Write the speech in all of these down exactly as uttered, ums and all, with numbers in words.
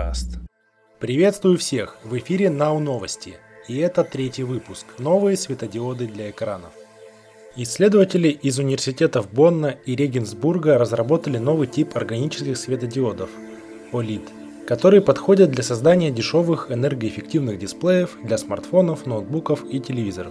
Наукаст. Приветствую всех! В эфире Нау Новости. И это третий выпуск. Новые светодиоды для экранов. Исследователи из университетов Бонна и Регенсбурга разработали новый тип органических светодиодов – о лид, которые подходят для создания дешевых энергоэффективных дисплеев для смартфонов, ноутбуков и телевизоров.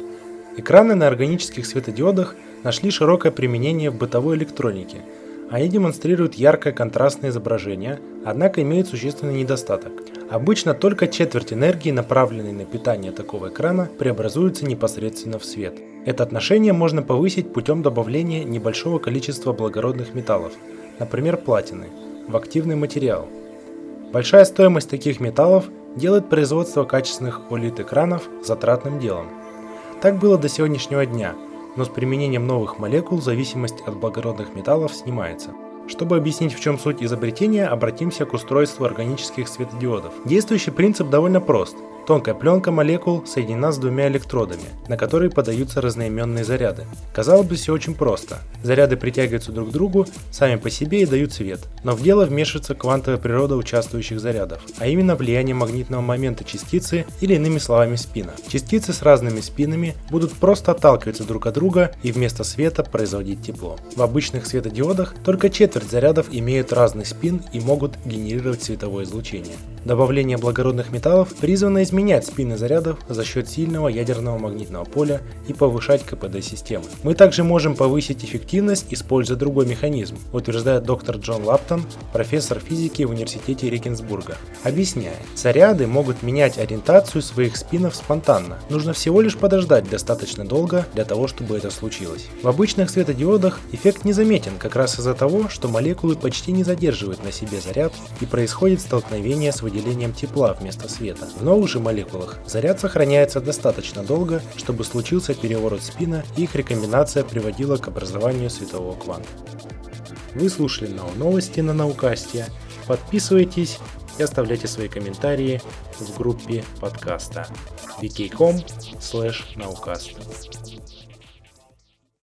Экраны на органических светодиодах нашли широкое применение в бытовой электронике. Они демонстрируют яркое контрастное изображение, однако имеют существенный недостаток. Обычно только четверть энергии, направленной на питание такого экрана, преобразуется непосредственно в свет. Это отношение можно повысить путем добавления небольшого количества благородных металлов, например платины, в активный материал. Большая стоимость таких металлов делает производство качественных о лид экранов затратным делом. Так было до сегодняшнего дня, но с применением новых молекул зависимость от благородных металлов снимается. Чтобы объяснить, в чем суть изобретения, обратимся к устройству органических светодиодов. Действующий принцип довольно прост. Тонкая пленка молекул соединена с двумя электродами, на которые подаются разноименные заряды. Казалось бы, все очень просто. Заряды притягиваются друг к другу сами по себе и дают свет. Но в дело вмешивается квантовая природа участвующих зарядов, а именно влияние магнитного момента частицы или, иными словами, спина. Частицы с разными спинами будут просто отталкиваться друг от друга и вместо света производить тепло. В обычных светодиодах только четверть зарядов имеют разный спин и могут генерировать световое излучение. Добавление благородных металлов призвано изменять спины зарядов за счет сильного ядерного магнитного поля и повышать ка пэ дэ системы. Мы также можем повысить эффективность, используя другой механизм, утверждает доктор Джон Лаптон, профессор физики в университете Регенсбурга. Объясняя, заряды могут менять ориентацию своих спинов спонтанно. Нужно всего лишь подождать достаточно долго для того, чтобы это случилось. В обычных светодиодах эффект незаметен как раз из-за того, что молекулы почти не задерживают на себе заряд и происходит столкновение с выделением тепла вместо света. В новых же молекулах заряд сохраняется достаточно долго, чтобы случился переворот спина и их рекомбинация приводила к образованию светового кванта. Вы слушали Нау Новости на Наукасте. Подписывайтесь и оставляйте свои комментарии в группе подкаста ви кей точка ком слэш наукаст.